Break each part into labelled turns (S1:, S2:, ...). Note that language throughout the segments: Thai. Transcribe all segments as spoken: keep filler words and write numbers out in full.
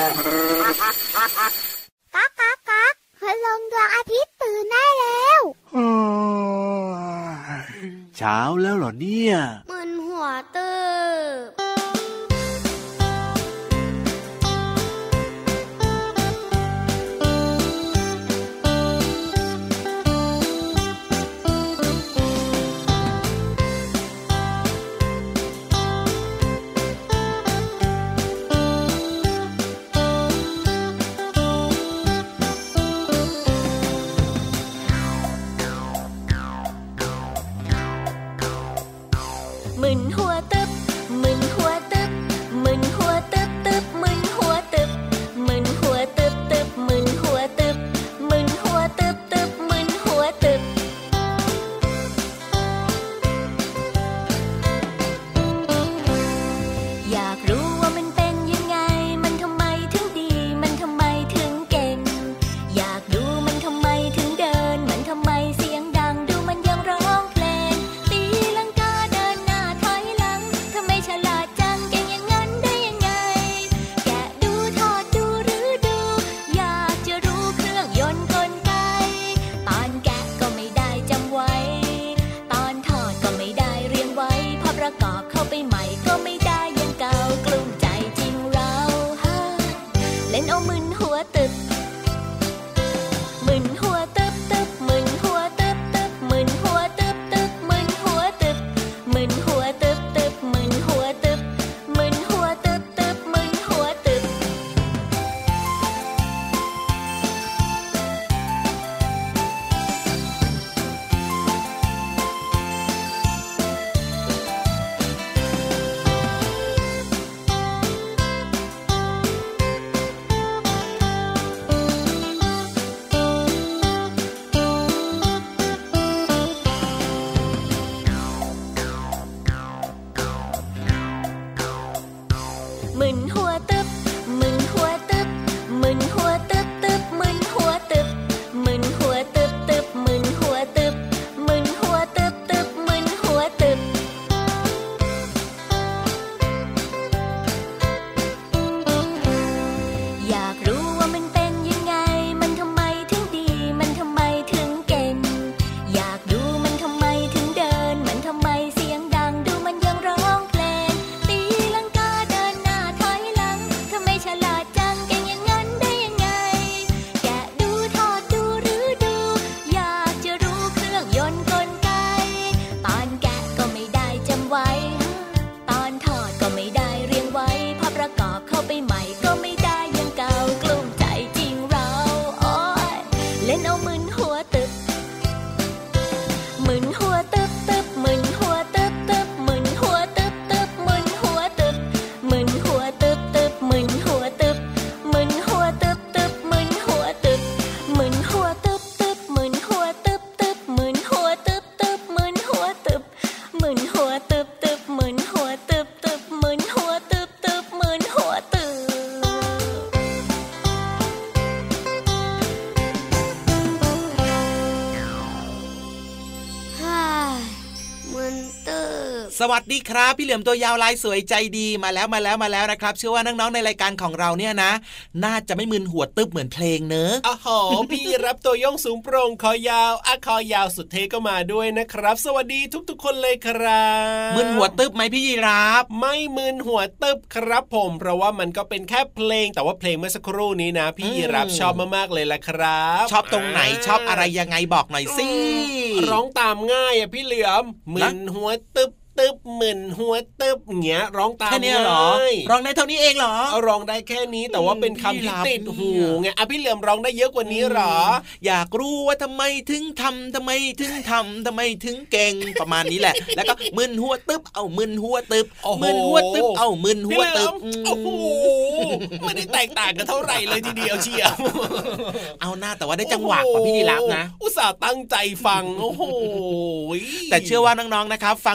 S1: ก๊ากก๊ากก๊ากพลังดวงอาทิตย์ตื่นได้แล้ว
S2: เช้าแล้วเหรอเนี่ย
S1: มึนหัวตึบ
S3: สวัสดีครับพี่เหลือมตัวยาวลายสวยใจดีมาแล้วมาแล้วมาแล้วนะครับเชื่อว่าน้องๆในรายการของเราเนี่ยนะน่าจะไม่มึนหัวตึ๊บเหมือนเพลงเนอะ
S4: อ๋อโหพี่รับตัวย่องสูงโปร่งคอยาวอะคอยาวสุดเท่ก็มาด้วยนะครับสวัสดีทุกๆคนเลยครับ
S3: มึนหัวตึ๊บไหมพี่ยีรับ
S4: ไม่มึนหัวตึ๊บครับผมเพราะว่ามันก็เป็นแค่เพลงแต่ว่าเพลงเมื่อสักครู่นี้นะพี่ยีรับชอบมากๆเลยละครับ
S3: ชอบตรงไหนชอบอะไรยังไงบอกหน่อยสิ
S4: ร้องตามง่ายอ่ะพี่เหลือมมึนหัวตึ๊บตึ๊บมึนหัวตึ๊บเงี้ยร้องตาม
S3: แค่นี้เหรอร้องได้เท่านี้เองเหรอ
S4: ร้องได้แค่นี้แต่ว่าเป็นคำที่ติดหูไงอ่ะพี่เหลือมร้องได้เยอะกว่านี้หรอ
S3: อยากรู้ว่าทำไมถึงทำทำไมถึงทำทำไมถึงเก่งประมาณนี้แหละแล้วก็มึนหัวตึ๊บเอามึนหัวตึ๊บมึนหัวตึ๊บเอามึนหัวตึ๊บ
S4: โอ้โหไม่ได้แตกต่างกันเท่าไหร่เลยทีเดียวเชียว
S3: เอาหน้าแต่ว่าได้จังหวะกว่าพี่ดีรับนะ
S4: อุตส่าห์ตั้งใจฟังโอ้โห
S3: แต่เชื่อว่าน้องๆนะครับฟังเพลงเนี่ย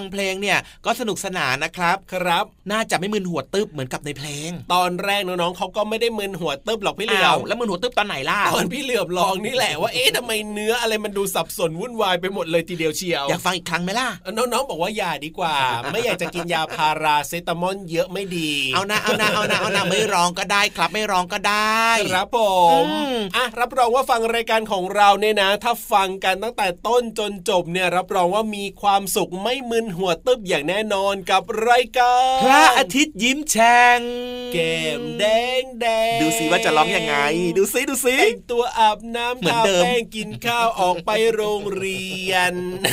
S3: เนี่ยก็สนุกสนานนะครับ
S4: ครับ
S3: น่าจะไม่มึนหัวตึ๊บเหมือนกับในเพลง
S4: ตอนแรกน้องๆเขาก็ไม่ได้มึนหัวตึ๊บหรอกพี่เหลือม
S3: แล้วมึนหัวตึ๊บตอนไหนล่ะ
S4: ตอนพี่เหลือมลองนี่แหละว่าเอ๊ะทำไมเนื้ออะไรมันดูสับสนวุ่นวายไปหมดเลยทีเดียวเชียว
S3: อยากฟังอีกครั้งไหมล่ะ
S4: น้องๆบอกว่าอย่าดีกว่าไม่อยากจะกินยาพาราเซตามอลเยอะไม่ดี
S3: เอานะเอานะเอานะเอานะไม่ร้องก็ได้ครับไม่ร้องก็ได้
S4: ครับผมอ่ะรับรองว่าฟังรายการของเราเนี่ยนะถ้าฟังกันตั้งแต่ต้นจนจบเนี่ยรับรองว่ามีความสุขไม่มึนหัวตึ๊บอย่างแน่นอนกับรายการ
S3: พระอาทิตย์ยิ้มแฉ่ง
S4: แก้มแดงแดง
S3: ดูสิว่าจะร้องยังไงดูสิดูสิ
S4: แต่งตัวอาบน้ำทาแป้งกินข้าวออกไปโรงเรียน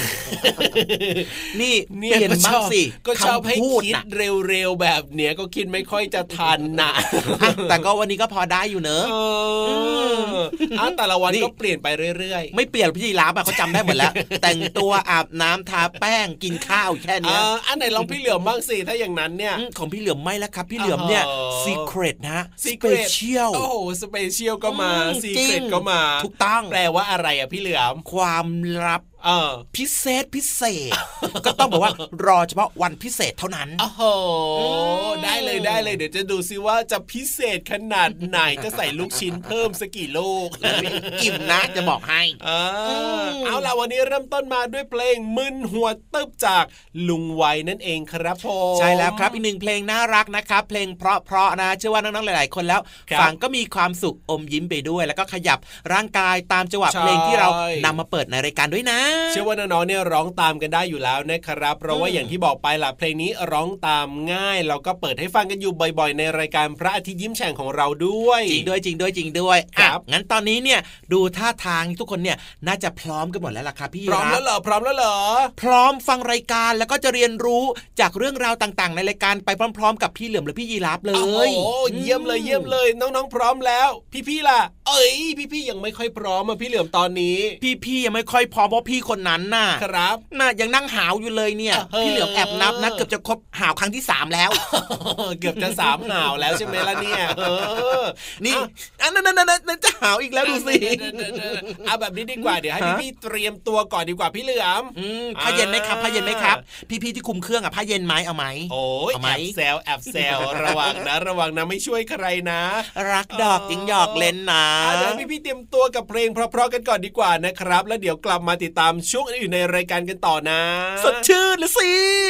S3: นี่เปลี่ยนบ้างสิ
S4: ก็ชอบให้คิดเร็วๆแบบเนี้ยก็คิดไม่ค่อยจะทันนะ
S3: แต่ก็วันนี้ก็พอได้อยู่เนอะ
S4: อ่ะแต่ละวันก็เปลี่ยนไปเรื่อย
S3: ๆไม่เปลี่ยนพี่ยีราฟเขาจำได้หมดแล้วแต่งตัวอาบน้ำทาแป้งกินข้าวแค่นี้
S4: อันไหนลองพี่เหลือมบ้างสิถ้าอย่างนั้นเนี่ย
S3: ของพี่เหลือมไม่แล้วครับพี่เหลือมเนี่ย secret นะ special
S4: โอ้โห special ก็มา secret ก็มา
S3: ถูกต้อง
S4: แปลว่าอะไรอ่ะพี่เหลือม
S3: ความลับ
S4: เออ
S3: พิเศษพิเศษก็ต้องบอกว่ารอเฉพาะวันพิเศษเท่านั้น
S4: โอ้โหได้เลยได้เลยเดี๋ยวจะดูซิว่าจะพิเศษขนาดไหนจะใส่ลูกชิ้นเพิ่มสักกี่ลูก
S3: อิ่มนะจะบอกให้
S4: เอาล่ะวันนี้เริ่มต้นมาด้วยเพลงมึนหัวตึ๊บจากลุงไว้นั่นเองครับผม
S3: ใช่แล้วครับอีกหนึ่งเพลงน่ารักนะครับเพลงเพราะๆนะเชื่อว่าน้องๆหลายๆคนแล้วฟังก็มีความสุขอมยิ้มไปด้วยแล้วก็ขยับร่างกายตามจังหวะเพลงที่เรานำมาเปิดในรายการด้วยนะ
S4: เชื่อว่าน้องๆเนี่ยร้องตามกันได้อยู่แล้วนะครับเพราะว่าอย่างที่บอกไปล่ะเพลงนี้ร้องตามง่ายเราก็เปิดให้ฟังกันอยู่บ่อยๆในรายการพระอาทิตย์ยิ้มแฉ่งของเราด้วย
S3: จริงด้วยจริงด้วยจริงด้วยครับงั้นตอนนี้เนี่ยดูท่าทางทุกคนเนี่ยน่าจะพร้อมกันหมดแล้วล่ะครับพี่
S4: พร้อมแล้วเหรอพร้อมแล้วเหรอ
S3: พร้อมฟังรายการแล้วก็จะเรียนรู้จากเรื่องราวต่างๆในรายการไปพร้อมๆกับพี่เหลือมและพี่ยีราฟเลย
S4: โอ้เยี่ยมเลยเยี่ยมเลยน้องๆพร้อมแล้วพี่ๆล่ะเอ้ยพี่ๆยังไม่ค่อยพร้อมอ่ะพี่เหลือมตอนนี้
S3: พี่ๆยังไม่ค่อยพร้อมเพราะพี่คนนั้นน่ะ
S4: ครับ
S3: น่ะยังนั่งหาวอยู่เลยเนี่ยพี่เหลือมแอบนับนะเกือบจะครบหาวครั้งที่สามแล้ว
S4: เกือบจะสามหาวแล้วใช่ไหมล่ะเนี่ยเออ
S3: นี่อันนั้นนั่นจะหาวอีกแล้วดูสิ
S4: เอาแบบนี้ดีกว่าเดี๋ยวให้พี่ๆเตรียมตัวก่อนดีกว่าพี่เหลือม
S3: ผ้าเย็นไหมครับผ้าเย็นไหมครับพี่ๆที่คุมเครื่องอ่ะผ้าเย็นไหมเอาไหม
S4: โอ้ยแอบแซวแอบแซวระวังนะระวังนะไม่ช่วยใครนะ
S3: รักดอกจิงหยอกเล่นนะ
S4: เดี๋ยวพี่ๆเตรียมตัวกับเพลงเพราะๆกันก่อนดีกว่านะครับแล้วเดี๋ยวกลับมาติดตามช่วงอื่นในรายการกันต่อนะ
S3: สดชื่นเลยสิ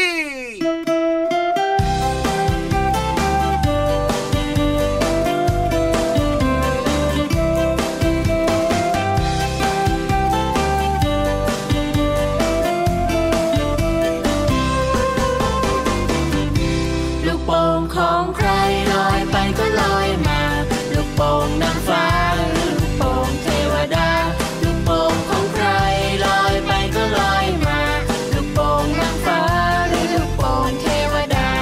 S5: ลูกโป่งของใครลอยไปก็ลอยมาลูกโป่งนางฟ้าลูกโป่งเทวดาลูกโป่งของใครลอยไปก็ลอยมาลูกโป่งนางฟ้าหรือลูกโป่งเทวดา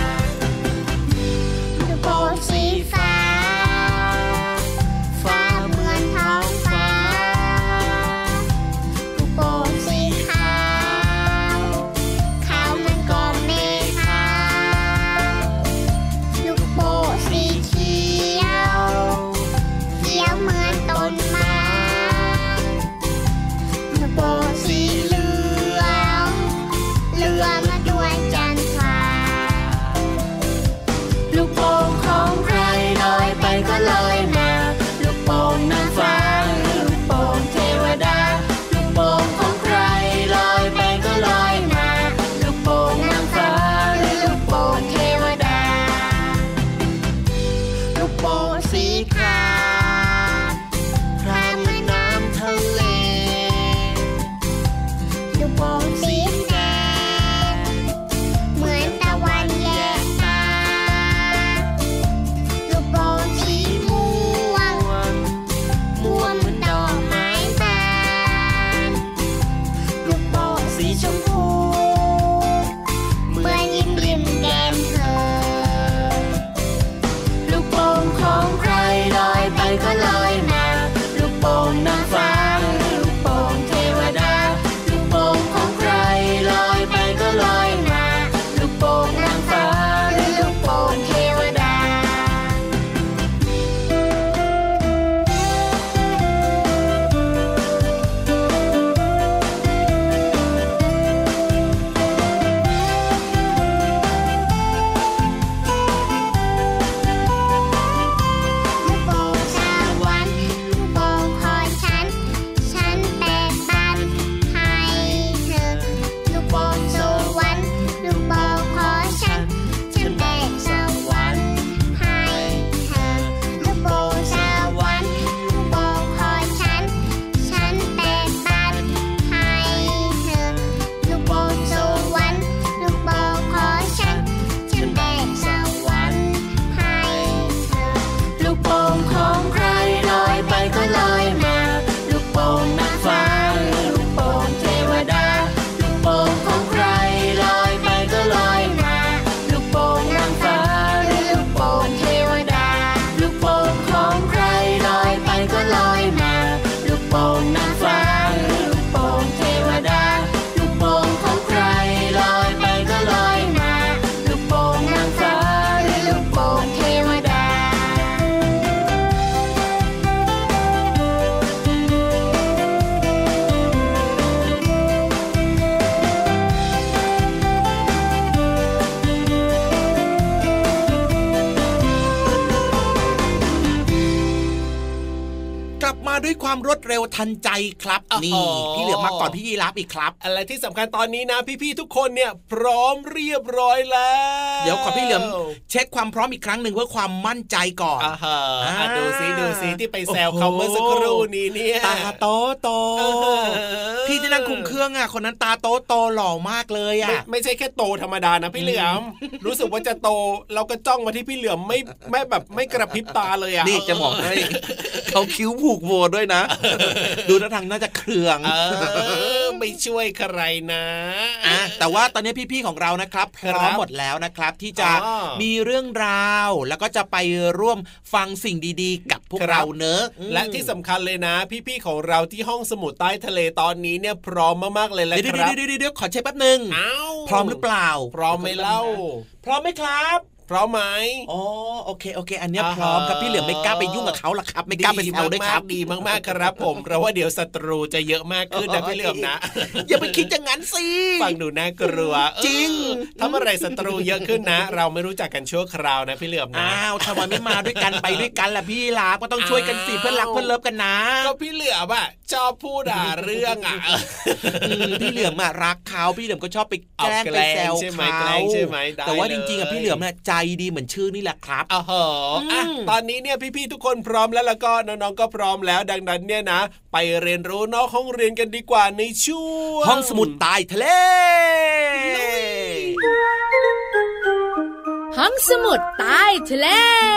S5: ลูกโป่งสีฟ้าฟ้าเหมือนท้องฟ้าลูกโป่งสีขาวขาวเหมือนกองเมฆลูกโป่งสีเขียวเขียวเหมือนต้นไม้ลูกโป่งสีเหลืองเหลืองมาด้วยจันทราลูกโป่งของใครลอยไปก็ลอยมาลูกโป่งนางฟ้าลูกโป่งเทวดาลูกโป่งของใครลอยไปก็ลอยมาลูกโป่งนางฟ้าหรือลูกโป่งเทวดาลูกโป่งสีครามครามเหมือนน้ำทะเลลูกโป่งสีแดงเหมือนตะวันแยกตาลูกโป่งสีม่วงม่วงเหมือนดอกไม้บานลูกโป่งสีชมพูเหมือนยิ้มริมแก้มเธอลูกโป่งของใครลอยไป
S3: ด้วยความรวดเร็วทันใจครับนี่พี่เหลือมาก่อนพี่ยีราฟอีกครับ
S4: อะไรที่สำคัญตอนนี้นะพี่ๆทุกคนเนี่ยพร้อมเรียบร้อยแล้ว
S3: เดี๋ยวขอพี่เหลือเช็คความพร้อมอีกครั้งหนึ่งเพื่อความมั่นใจก่อน
S4: อ่าฮะดูซิดูซิที่ไปแซวเขาเมื่อสักครู่นี้เนี่ย
S3: ตาโตโตพี่ที่นั่งคุมเครื่องอ่ะคนนั้นตาโตโตหล่อมากเลยอ่ะ
S4: ไม่, ไม่ใช่แค่โตธรรมดานะพี่เหลือมรู้สึกว่าจะโตเราก็จ้องมาที่พี่เหลือมไม่ไม่แบบไม่กระพริบตาเลยอ่ะ
S3: นี่จะบอกให้เขาคิ้วผูกโบด้วยนะดูท่าทางน่าจะเครือง
S4: ไม่ช่วยใครนะ
S3: อ่ะแต่ว่าตอนนี้พี่ๆของเรานะครับพร้อมหมดแล้วนะครับที่จะมีเรื่องราวแล้วก็จะไปร่วมฟังสิ่งดีๆกับพวกเราเนอะ
S4: และที่สำคัญเลยนะพี่ๆของเราที่ห้องสมุดใต้ทะเลตอนนี้เนี่ยพร้อมมากๆเลยแหละครับ
S3: เดี๋ยวๆเดี๋ยวๆขอเช็คแป๊บนึงพร้อมหรือเปล่า
S4: พร้อมไหมเล่า
S3: พร้อมไหมครับ
S4: พร้อมไหม
S3: อ๋อโอเคโอเคอันนี้พร้อมครับพี่เหลือไม่กล้าไปยุ่งกับเขาหรอกครับไม่กล้าไปแซวด้วยครับ
S4: ดีมากๆครับผมเพราะว่าเดี๋ยวศัตรูจะเยอะมากขึ้นนะพี่เหลือมนะ
S3: อย่าไปคิดอย่างนั้นสิ
S4: ฟังดูน่ากลัว
S3: จริง
S4: ถ้าเมื่อไรศัตรูเยอะขึ้นนะเราไม่รู้จักกันชั่วคราวนะพี่เหลือมนะ
S3: อ้าวทำไมไม่มาด้วยกันไปด้วยกันล่ะพี่ลาก็ต้องช่วยกันสิเพื่อนรักเพื่อนเลิฟกันนะ
S4: ก็พี่เหลือมอ่ะชอบพูดอ่ะเรื่องอ่ะ
S3: พี่เหลือมอ่ะรักเขาพี่เหลือมก็ชอบไปแกล้งไปแซวเขาแต่ว่าจริงๆอ่ะพี่เหลือมอ่ะใจดีเหมือนชื่อนี่แหละครับ
S4: อ๋อเหรออ่ะตอนนี้เนี่ยพี่ๆทุกคนพร้อมแล้วแล้วก็น้องๆก็พร้อมแล้วดังนั้นเนี่ยนะไปเรียนรู้นอกห้องเรียนกันดีกว่าในช่วง
S3: ห้องสมุดใต้ทะเล
S5: ห้องสมุดใต้ทะเล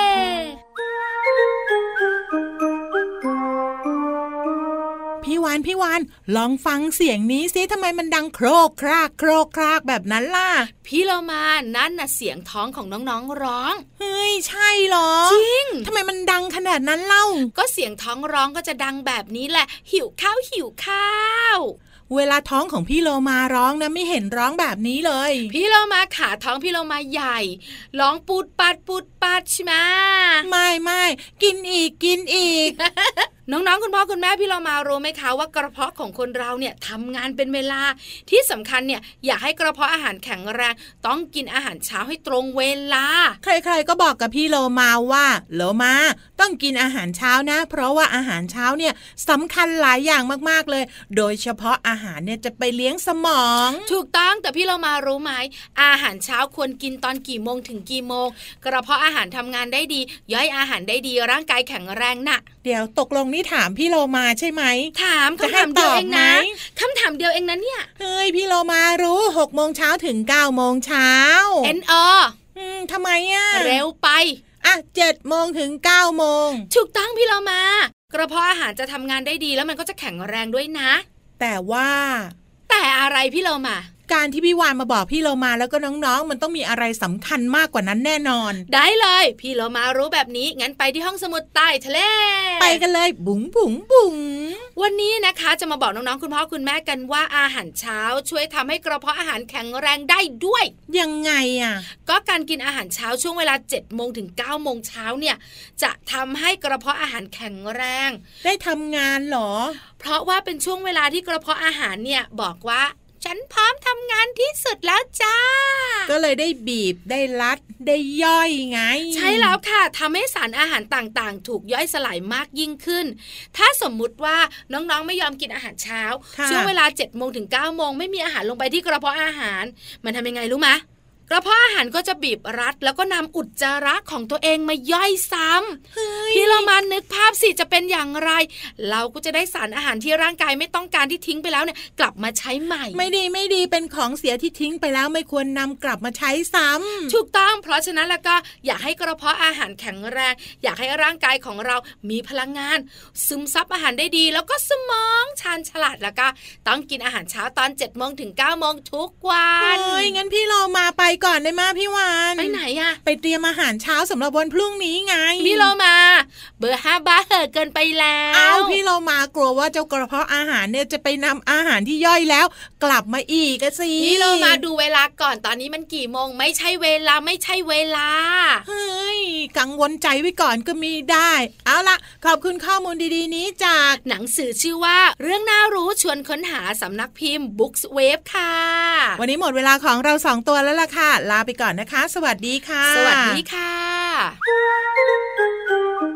S6: พี่วานพี่วานลองฟังเสียงนี้ซิทำไมมันดังโครกครากโครกครากแบบนั้นล่ะ
S5: พี่เรามานั่นน่ะเสียงท้องของน้องๆร้อง
S6: เฮ้ยใช่เหรอ
S5: จริง
S6: ทำไมมันดังขนาดนั้นเล่า
S5: ก็เสียงท้องร้องก็จะดังแบบนี้แหละหิวข้าวหิวข้าว
S6: เวลาท้องของพี่โลมาร้องนะไม่เห็นร้องแบบนี้เลย
S5: พี่โลมาขาท้องพี่โลมาใหญ่ร้องปูดปัดปูดปัดใช่ไหม
S6: ไม่ไม่กินอีกกินอีก
S5: น้องๆคุณพ่อคุณแม่พี่เรามารู้ไหมคะว่ากระเพาะของคนเราเนี่ยทำงานเป็นเวลาที่สำคัญเนี่ยอยากให้กระเพาะอาหารแข็งแรงต้องกินอาหารเช้าให้ตรงเวลา
S6: ใครๆก็บอกกับพี่โลมาว่าโลมาต้องกินอาหารเช้านะเพราะว่าอาหารเช้าเนี่ยสำคัญหลายอย่างมากๆเลยโดยเฉพาะอาหารเนี่ยจะไปเลี้ยงสมอง
S5: ถูกต้องแต่พี่เรามารู้ไหมอาหารเช้าควรกินตอนกี่โมงถึงกี่โมงกระเพาะอาหารทำงานได้ดีย่อยอาหารได้ดีร่างกายแข็งแรงน่ะ
S6: เดี๋ยวตกลงนี่ถามพี่โลมาใช่ไหม
S5: ถามคำถามเดียวเองนะคำถามเดียวเองนะเนี่ย
S6: เฮ้ยพี่โลมารู้หกโมงเช้าถึงเก้าโมงเช้า
S5: เอ็น โอ
S6: อืมทำไมอ่ะ
S5: เร็วไป
S6: อ่ะเจ็ดโมงถึงเก้าโมง
S5: ถูกต้องพี่โลมากระเพาะอาหารจะทำงานได้ดีแล้วมันก็จะแข็งแรงด้วยนะ
S6: แต่ว่า
S5: แต่อะไรพี่โลมา
S6: การที่พี่วานมาบอกพี่โลมาแล้วก็น้องๆมันต้องมีอะไรสำคัญมากกว่านั้นแน่นอน
S5: ได้เลยพี่โลมารู้แบบนี้งั้นไปที่ห้องสมุดใต้ทะเล
S6: ไปกันเลยบุ๋งบุ๋งบุ๋ง
S5: วันนี้นะคะจะมาบอกน้องๆคุณพ่อคุณแม่กันว่าอาหารเช้าช่วยทำให้กระเพาะอาหารแข็งแรงได้ด้วย
S6: ยังไงอ่ะ
S5: ก็การกินอาหารเช้าช่วงเวลาเจ็ดโมงถึงเก้าโมงเช้าเนี่ยจะทำให้กระเพาะอาหารแข็งแรง
S6: ได้ทำงานหรอ
S5: เพราะว่าเป็นช่วงเวลาที่กระเพาะอาหารเนี่ยบอกว่าฉันพร้อมทำงานที่สุดแล้วจ้า
S6: ก็เลยได้บีบได้ลัดได้ย่อยไง
S5: ใช่แล้วค่ะทำให้สารอาหารต่างๆถูกย่อยสลายมากยิ่งขึ้นถ้าสมมุติว่าน้องๆไม่ยอมกินอาหารเช้าช่วงเวลา เจ็ดโมงถึงเก้าโมงไม่มีอาหารลงไปที่กระเพาะอาหารมันทำยังไงรู้ไหมกระเพาะอาหารก็จะบีบรัดแล้วก็นำอุจจาระของตัวเองมาย่อยซ้ำพี่เรามานึกภาพสิจะเป็นอย่างไรเราก็จะได้สารอาหารที่ร่างกายไม่ต้องการที่ทิ้งไปแล้วเนี่ยกลับมาใช้ใหม่
S6: ไม่ดีไม่ดีเป็นของเสียที่ทิ้งไปแล้วไม่ควรนำกลับมาใช้ซ้ำ
S5: ถูกต้องเพราะฉะนั้นแล้วก็อยากให้กระเพาะอาหารแข็งแรงอยากให้ร่างกายของเรามีพลังงานซึมซับอาหารได้ดีแล้วก็สมองชาญฉลาดแล้วก็ต้องกินอาหารเช้าตอน เจ็ดโมงถึงเก้าโมงทุกวัน
S6: เฮ้ยงั้นพี่เรามาไปก่อนได้มาพี่วาน
S5: ไปไหนอะ
S6: ไปเตรียมอาหารเช้าสำหรับวันพรุ่งนี้ไง
S5: พี่เรามาเบอร์ห้าบ้าเหอะเกินไปแล้ว
S6: อ้าวพี่เรามากลัวว่าเจ้ากระเพาะอาหารเนี่ยจะไปนำอาหารที่ย่อยแล้วกลับมาอีกสิ
S5: พี่เรามาดูเวลาก่อนตอนนี้มันกี่โมงไม่ใช่เวลาไม่ใช่เวลา
S6: เฮ้ยกังวลใจไว้ก่อนก็มีได้เอาล่ะขอบคุณข้อมูลดีๆนี้จาก
S5: หนังสือชื่อว่าเรื่องน่ารู้ชวนค้นหาสำนักพิมพ์ Books Wave ค่ะ
S6: วันนี้หมดเวลาของเราสองตัวแล้วล่ะค่ะลาไปก่อนนะคะสวัสดีค่ะ
S5: สวัสดีค่ะ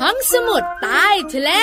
S7: ห้องสมุดใต้ทะเล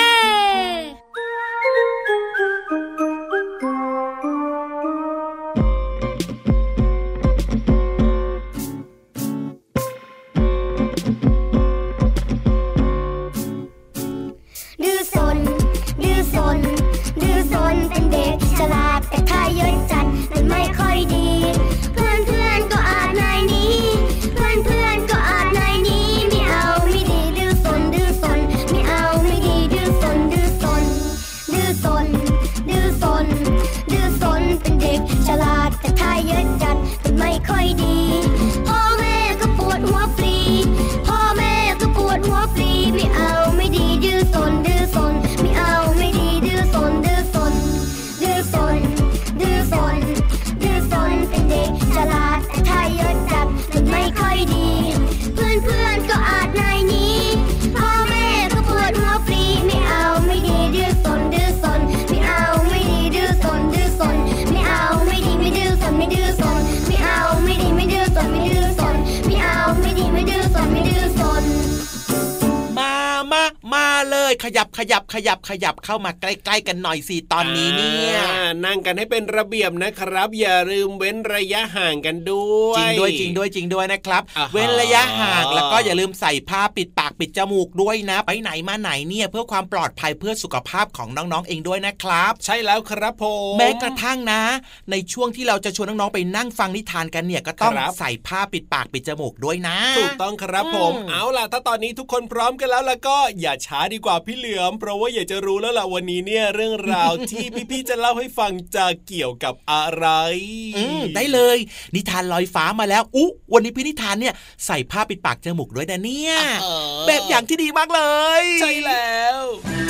S1: ดื้อซนดื้อซนดื้อซนเป็นเด็กฉลาดแต่ถ้าเยอะจัดมันไม่ค่อยดีเพื่อนเพื่อนก็อาจนายนี้เพื่อนเพื่อนก็อาจนายนี้ไม่เอาไม่ดีดื้อซนดื้อซนไม่เอาไม่ดีดื้อซนดื้อซนดื้อซนดื้อซนดื้อซนเป็นเด็กฉลาดแต่ถ้าเยอะจัดมันไม่ค่อยดีพ่อแม่ก็ปวดหัวฟรีพ่อแม่ก็ปวดหัวฟรีไม่เอาไม่ดีดื้อซนดื้อซนไม่เอาไม่ดีดื้อซนดื้อซนดื้อซนดื้อซนดื้อซนเป็นเด็กฉลาดแต่ถ้าเยอะจัดมันไม่ค่อยดีเพื่อนเพื่อนก็อาจนายนี้พ่อแม่ก็ปวดหัวฟรีไม่เอาไม่ดีดื้อซนดื้อซนไม่เอาไม่ดีดื้อซนดื้อซนไม่เอาไม่ดีไม่ดื้อซนไม่ดื้อซนไม่เอาไม่ดีไม่ดื้อซนไม่ดื้อซนไม่เอาไม่ดีไม่ดื้อซนไม่ดื้อซน
S3: มามามาเลยขยับขยับขยับขยับเข้ามาใกล้ๆกันหน่อยสิตอนนี้เนี่ย
S4: นั่งกันให้เป็นระเบียบนะครับอย่าลืมเว้นระยะห่างกันด้วย
S3: จริงด้วยจริงด้วยจริงด้วยนะครับเว้นระยะห่างแล้วก็อย่าลืมใส่ผ้าปิดปากปิดจมูกด้วยนะไปไหนมาไหนเนี่ยเพื่อความปลอดภัยเพื่อสุขภาพของน้องๆเองด้วยนะครับ
S4: ใช่แล้วครับผม
S3: แม้กระทั่งนะในช่วงที่เราจะชวนน้องๆไปนั่งฟังนิทานกันเนี่ยก็ต้องใส่ผ้าปิดปากปิดจมูกด้วยนะ
S4: ถูกต้องครับผมเอาล่ะถ้าตอนนี้ทุกคนพร้อมกันแล้วแล้วก็อย่าช้าดีกว่าพี่เหลือมเพราะว่าอยากจะรู้แล้วล่ะวันนี้เนี่ยเรื่องราว ที่พี่ๆจะเล่าให้ฟังจะเกี่ยวกับอะไร
S3: อืมได้เลยนิทานลอยฟ้ามาแล้วอุ๊วันนี้พี่นิทานเนี่ยใส่ผ้าปิดปากจมูกด้วยนะเนี่ยแบบอย่างที่ดีมากเลย
S4: ใช่แล้ว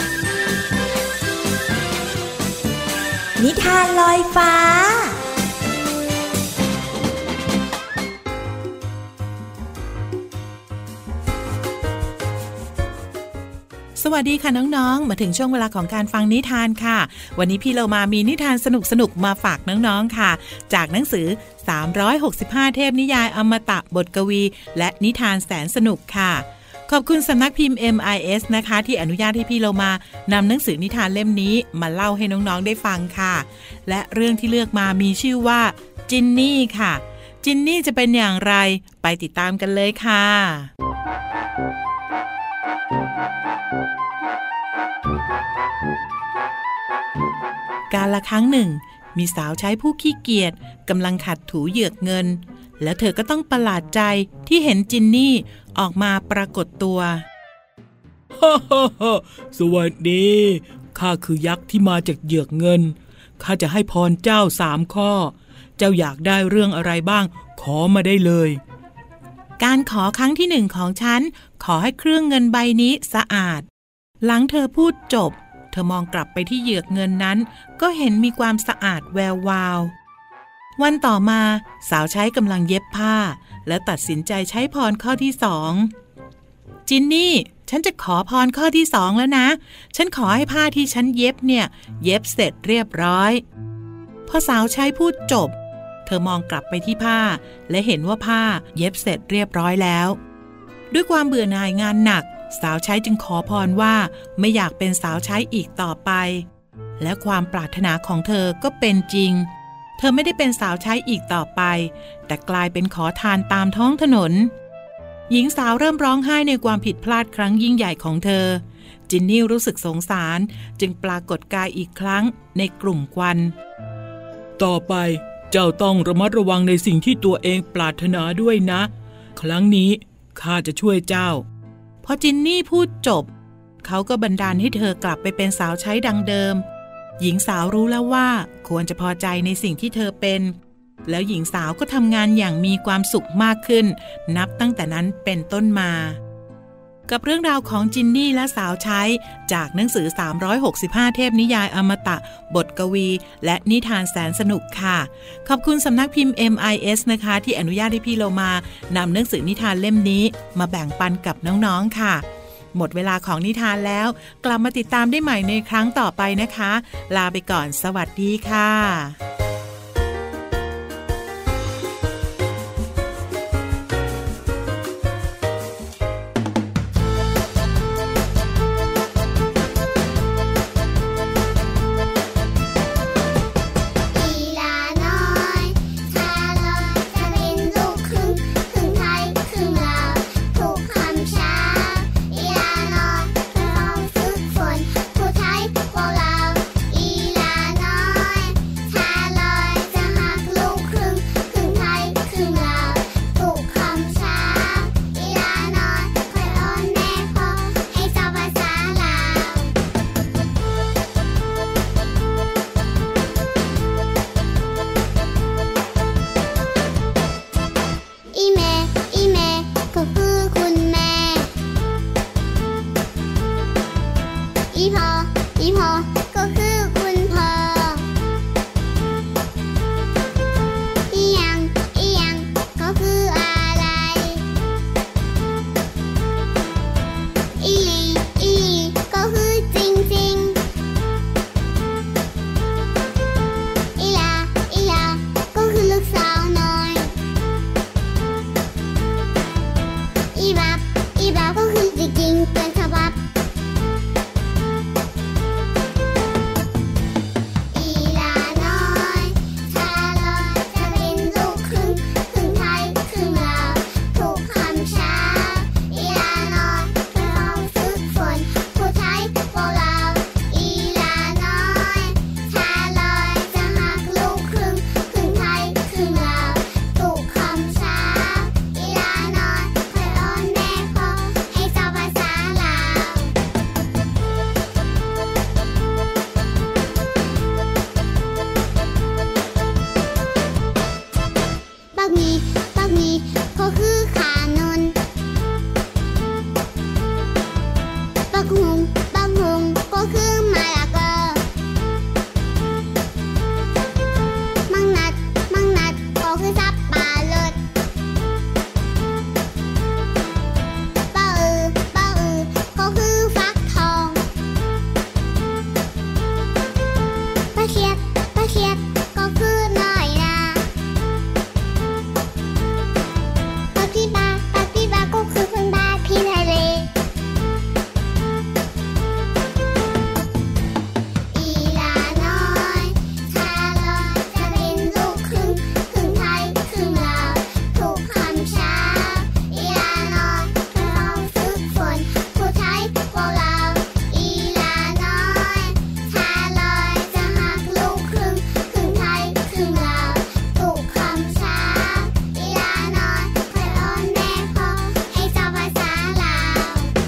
S1: นิทานลอยฟ้า
S6: สวัสดีค่ะน้องๆมาถึงช่วงเวลาของการฟังนิทานค่ะวันนี้พี่เรามามีนิทานสนุกๆมาฝากน้องๆค่ะจากหนังสือสามร้อยหกสิบห้าเทพนิยายอมตะบทกวีและนิทานแสนสนุกค่ะขอบคุณสำนักพิมพ์ เอ็ม ไอ เอส นะคะที่อนุญาตให้พี่เรามานำหนังสือนิทานเล่มนี้มาเล่าให้น้องๆได้ฟังค่ะและเรื่องที่เลือกมามีชื่อว่าจินนี่ค่ะจินนี่จะเป็นอย่างไรไปติดตามกันเลยค่ะกาลครั้งหนึ่งมีสาวใช้ผู้ขี้เกียจกำลังขัดถูเหยือกเงินแล้วเธอก็ต้องประหลาดใจที่เห็นจินนี่ออกมาปรากฏตัว
S8: ฮ่าฮ่าฮ่าสวัสดีข้าคือยักษ์ที่มาจากเหยือกเงินข้าจะให้พรเจ้าสามข้อเจ้าอยากได้เรื่องอะไรบ้างขอมาได้เลย
S6: การขอครั้งที่หนึ่งของฉันขอให้เครื่องเงินใบนี้สะอาดหลังเธอพูดจบเธอมองกลับไปที่เหยือกเงินนั้นก็เห็นมีความสะอาดแวววาววันต่อมาสาวใช้กำลังเย็บผ้าและตัดสินใจใช้พรข้อที่สองจินนี่ฉันจะขอพรข้อที่สองแล้วนะฉันขอให้ผ้าที่ฉันเย็บเนี่ยเย็บเสร็จเรียบร้อยพอสาวใช้พูดจบเธอมองกลับไปที่ผ้าและเห็นว่าผ้าเย็บเสร็จเรียบร้อยแล้วด้วยความเบื่อหน่ายงานหนักสาวใช้จึงขอพรว่าไม่อยากเป็นสาวใช้อีกต่อไปและความปรารถนาของเธอก็เป็นจริงเธอไม่ได้เป็นสาวใช้อีกต่อไปแต่กลายเป็นขอทานตามท้องถนนหญิงสาวเริ่มร้องไห้ในความผิดพลาดครั้งยิ่งใหญ่ของเธอจินนี่รู้สึกสงสารจึงปรากฏกายอีกครั้งในกลุ่มควัน
S8: ต่อไปเจ้าต้องระมัดระวังในสิ่งที่ตัวเองปรารถนาด้วยนะครั้งนี้ข้าจะช่วยเจ้า
S6: พอจินนี่พูดจบเขาก็บันดาลให้เธอกลับไปเป็นสาวใช้ดังเดิมหญิงสาวรู้แล้วว่าควรจะพอใจในสิ่งที่เธอเป็นแล้วหญิงสาวก็ทำงานอย่างมีความสุขมากขึ้นนับตั้งแต่นั้นเป็นต้นมากับเรื่องราวของจินนี่และสาวใช้จากหนังสือสามร้อยหกสิบห้าเทพนิยายอมตะบทกวีและนิทานแสนสนุกค่ะขอบคุณสำนักพิมพ์ เอ็ม ไอ เอส นะคะที่อนุญาตให้พี่โลมานำหนังสือนิทานเล่มนี้มาแบ่งปันกับน้องๆค่ะหมดเวลาของนิทานแล้วกลับมาติดตามได้ใหม่ในครั้งต่อไปนะคะลาไปก่อนสวัสดีค่ะ
S1: อีพออีพอก็คือคุณพ่ออีหยังอีหยังก็คืออะไรอีหลีอีหลีก็คือจริงจริงอีลาอีลาก็คือลูกสาวน้อยอีบับอีบับก็คือจริงๆเป็นฉบับอีลาน้อยชาลอยจะเป็นลูกครึ่งครึ่งไทยครึ่งลาวถูกคำช้าอีลาน้อยไปห้องฝึกฝนผู้ไทยพวกเราอีลาน้อยชาลอยจะหักลูกครึ่งครึ่งไทยครึ่งลาวถูกคำช้าอีลาน้อยคอยอ้อนแม่พ่อให้เจ้าภาษาลาวบักมีบักมีก็คือขานนบักฮุงบักฮุงก็คือมะละกอมังนัดมังนัดก็คือสับปะรดปะอือปะอือก็คือฟักทองปะเขียดปะเขียดก็คือน้อยนาปะปีบาปะปีบาก็คือคนบาพี่ทะเลอีลาน้อยชาลอยจะเป็นลูกครึ่งครึ่งไทยครึ่งลาวถูกคำช้าอีลาน้อยไปห้องฝึกฝนผู้ไทยพวกเราอีลาน้อยชาลอยจะหักลูกครึ่งครึ่งไทยครึ่งลาวถูกคำช้าอีลาน้อยคอยอ้อนแม่พ่อให้เจ้าภาษาลาว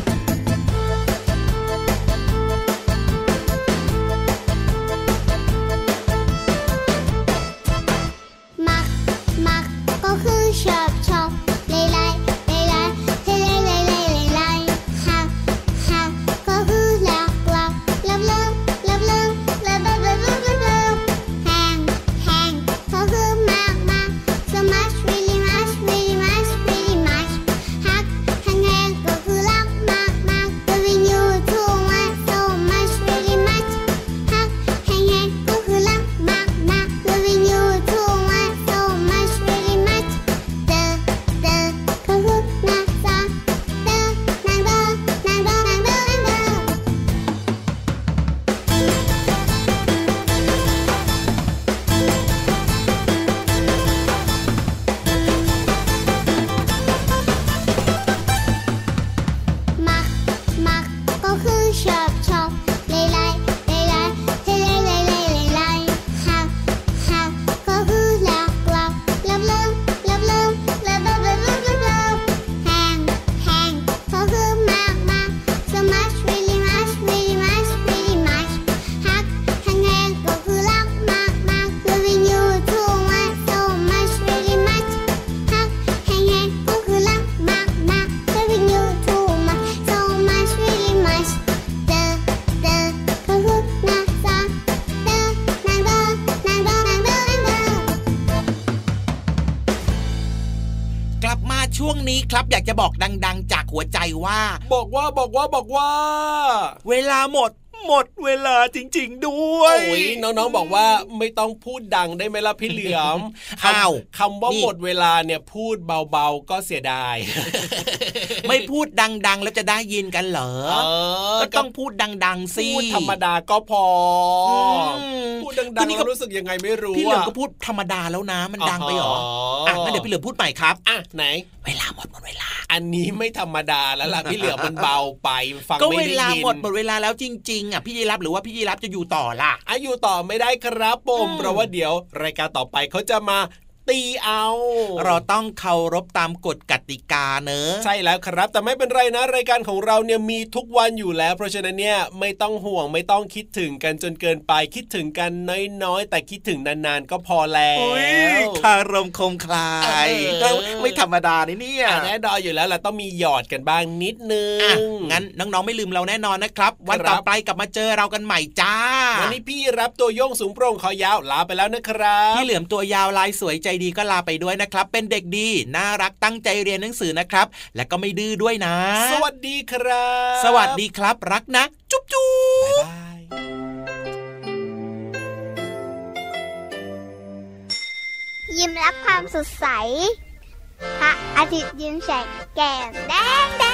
S1: มักมักก็คือชอบชอบเลไลเลไลเลไลเลไลเลไลฮักฮักก็คือรักรักเลิฟเลิฟเลิฟเลิฟเลิฟเลิฟเลิฟเลิฟเลิฟเลิฟแฮงแฮงก็คือมากมาก so much really much really much really much ฮักแฮงแฮงก็คือรักมากมาก loving you too much so much really much ฮักแฮงแฮงก็คือรักมากมาก loving you too much so much really much เดอเดอก็คือนักษาเดอนางเดอนางเดอนางเดอนางเดอ มักมักก็คือชอบชอบเลไลเลไลเลไลเลไลเลไลฮักฮักก็คือรักรักเลิฟเลิฟเลิฟเลิฟเลิฟเลิฟเลิฟเลิฟเลิฟเลิฟแฮงแฮงก็คือมากมาก so much really much really much really much ฮักแฮงแฮงก็คือรักมากมาก loving you too much so much really much ฮักแฮงแฮงก็คือรักมากมาก loving you too much so much really much เดอเดอก็คือนักษาเดอนางเดอนางเดอนางเดอนางเดอ
S3: กลับมาช่วงนี้ครับอยากจะบอกดังๆ จากหัวใจว่า
S4: บอกว่าบอกว่าบอกว่า
S3: เวลาหมดหมดเวลาจริงๆด้วย
S4: โอ้ยน้องๆบอกว่าไม่ต้องพูดดังได้ไหมล่ะพี่เหลือม
S3: อ้าว
S4: คำว่าหมดเวลาเนี่ยพูดเบาๆก็เสียดาย
S3: ไม่พูดดังๆแล้วจะได้ยินกันเหรอ
S4: เออ
S3: ก็ต้องพูดดังๆสิ
S4: พูดธรรมดาก็พออ
S3: ม
S4: พูดดังๆแล้วรู้สึกยังไงไม่รู้
S3: พี่เหลือม
S4: อะ
S3: ก็พูดธรรมดาแล้วนะมันดังไปเหรอ
S4: อ๋ออ่
S3: อ่ะงั้นเดี๋ยวพี่เหลือมพูดใหม่ครับ
S4: อ่ะไหน
S3: เวลาหมดหมดเวลา
S4: อันนี้ไม่ธรรมดาแล้วล่ะพี่เหลือมมันเบาไปฟัง
S3: ก็
S4: ไม่
S3: เว
S4: ได้
S3: ลา
S4: ยิน
S3: หมดหมดเวลาแล้วจริงๆอ่ะพี่ยีรับหรือว่าพี่ยีรับจะอยู่ต่อล่ะ
S4: อายุต่อไม่ได้ครับผม
S3: อืม
S4: เพราะว่าเดี๋ยวรายการต่อไปเขาจะมาตีเอา
S3: เราต้องเคารพตามกฎกติกาเนอะ
S4: ใช่แล้วครับแต่ไม่เป็นไรนะรายการของเราเนี่ยมีทุกวันอยู่แล้วเพราะฉะนั้นเนี่ยไม่ต้องห่วงไม่ต้องคิดถึงกันจนเกินไปคิดถึงกันน้อยๆแต่คิดถึงนานๆก็พอแล้ว
S3: คารมคมคลายไม่ธรรมดานี่เนี่ย
S4: แน่นอนอยู่แล้วเราต้องมีหยอดกันบ้างนิดนึง
S3: งั้นน้องๆไม่ลืมเราแน่นอนนะครับวันต่อไปกลับมาเจอเรากันใหม่จ้า
S4: วันนี้พี่รับตัวโยงสูงโปร่งคอยาวลาไปแล้วนะครับ
S3: พี่เหลือมตัวยาวลายสวยใจดีก็ลาไปด้วยนะครับเป็นเด็กดีน่ารักตั้งใจเรียนหนังสือนะครับและก็ไม่ดื้อด้วยนะ
S4: สวัสดีครับ
S3: สวัสดีครับรักนะจุ๊บจุ๊บบ๊ายบาย
S1: ยิ้มรับความสดใสพระอาทิตย์ยิ้มแฉกแก้มแดงแด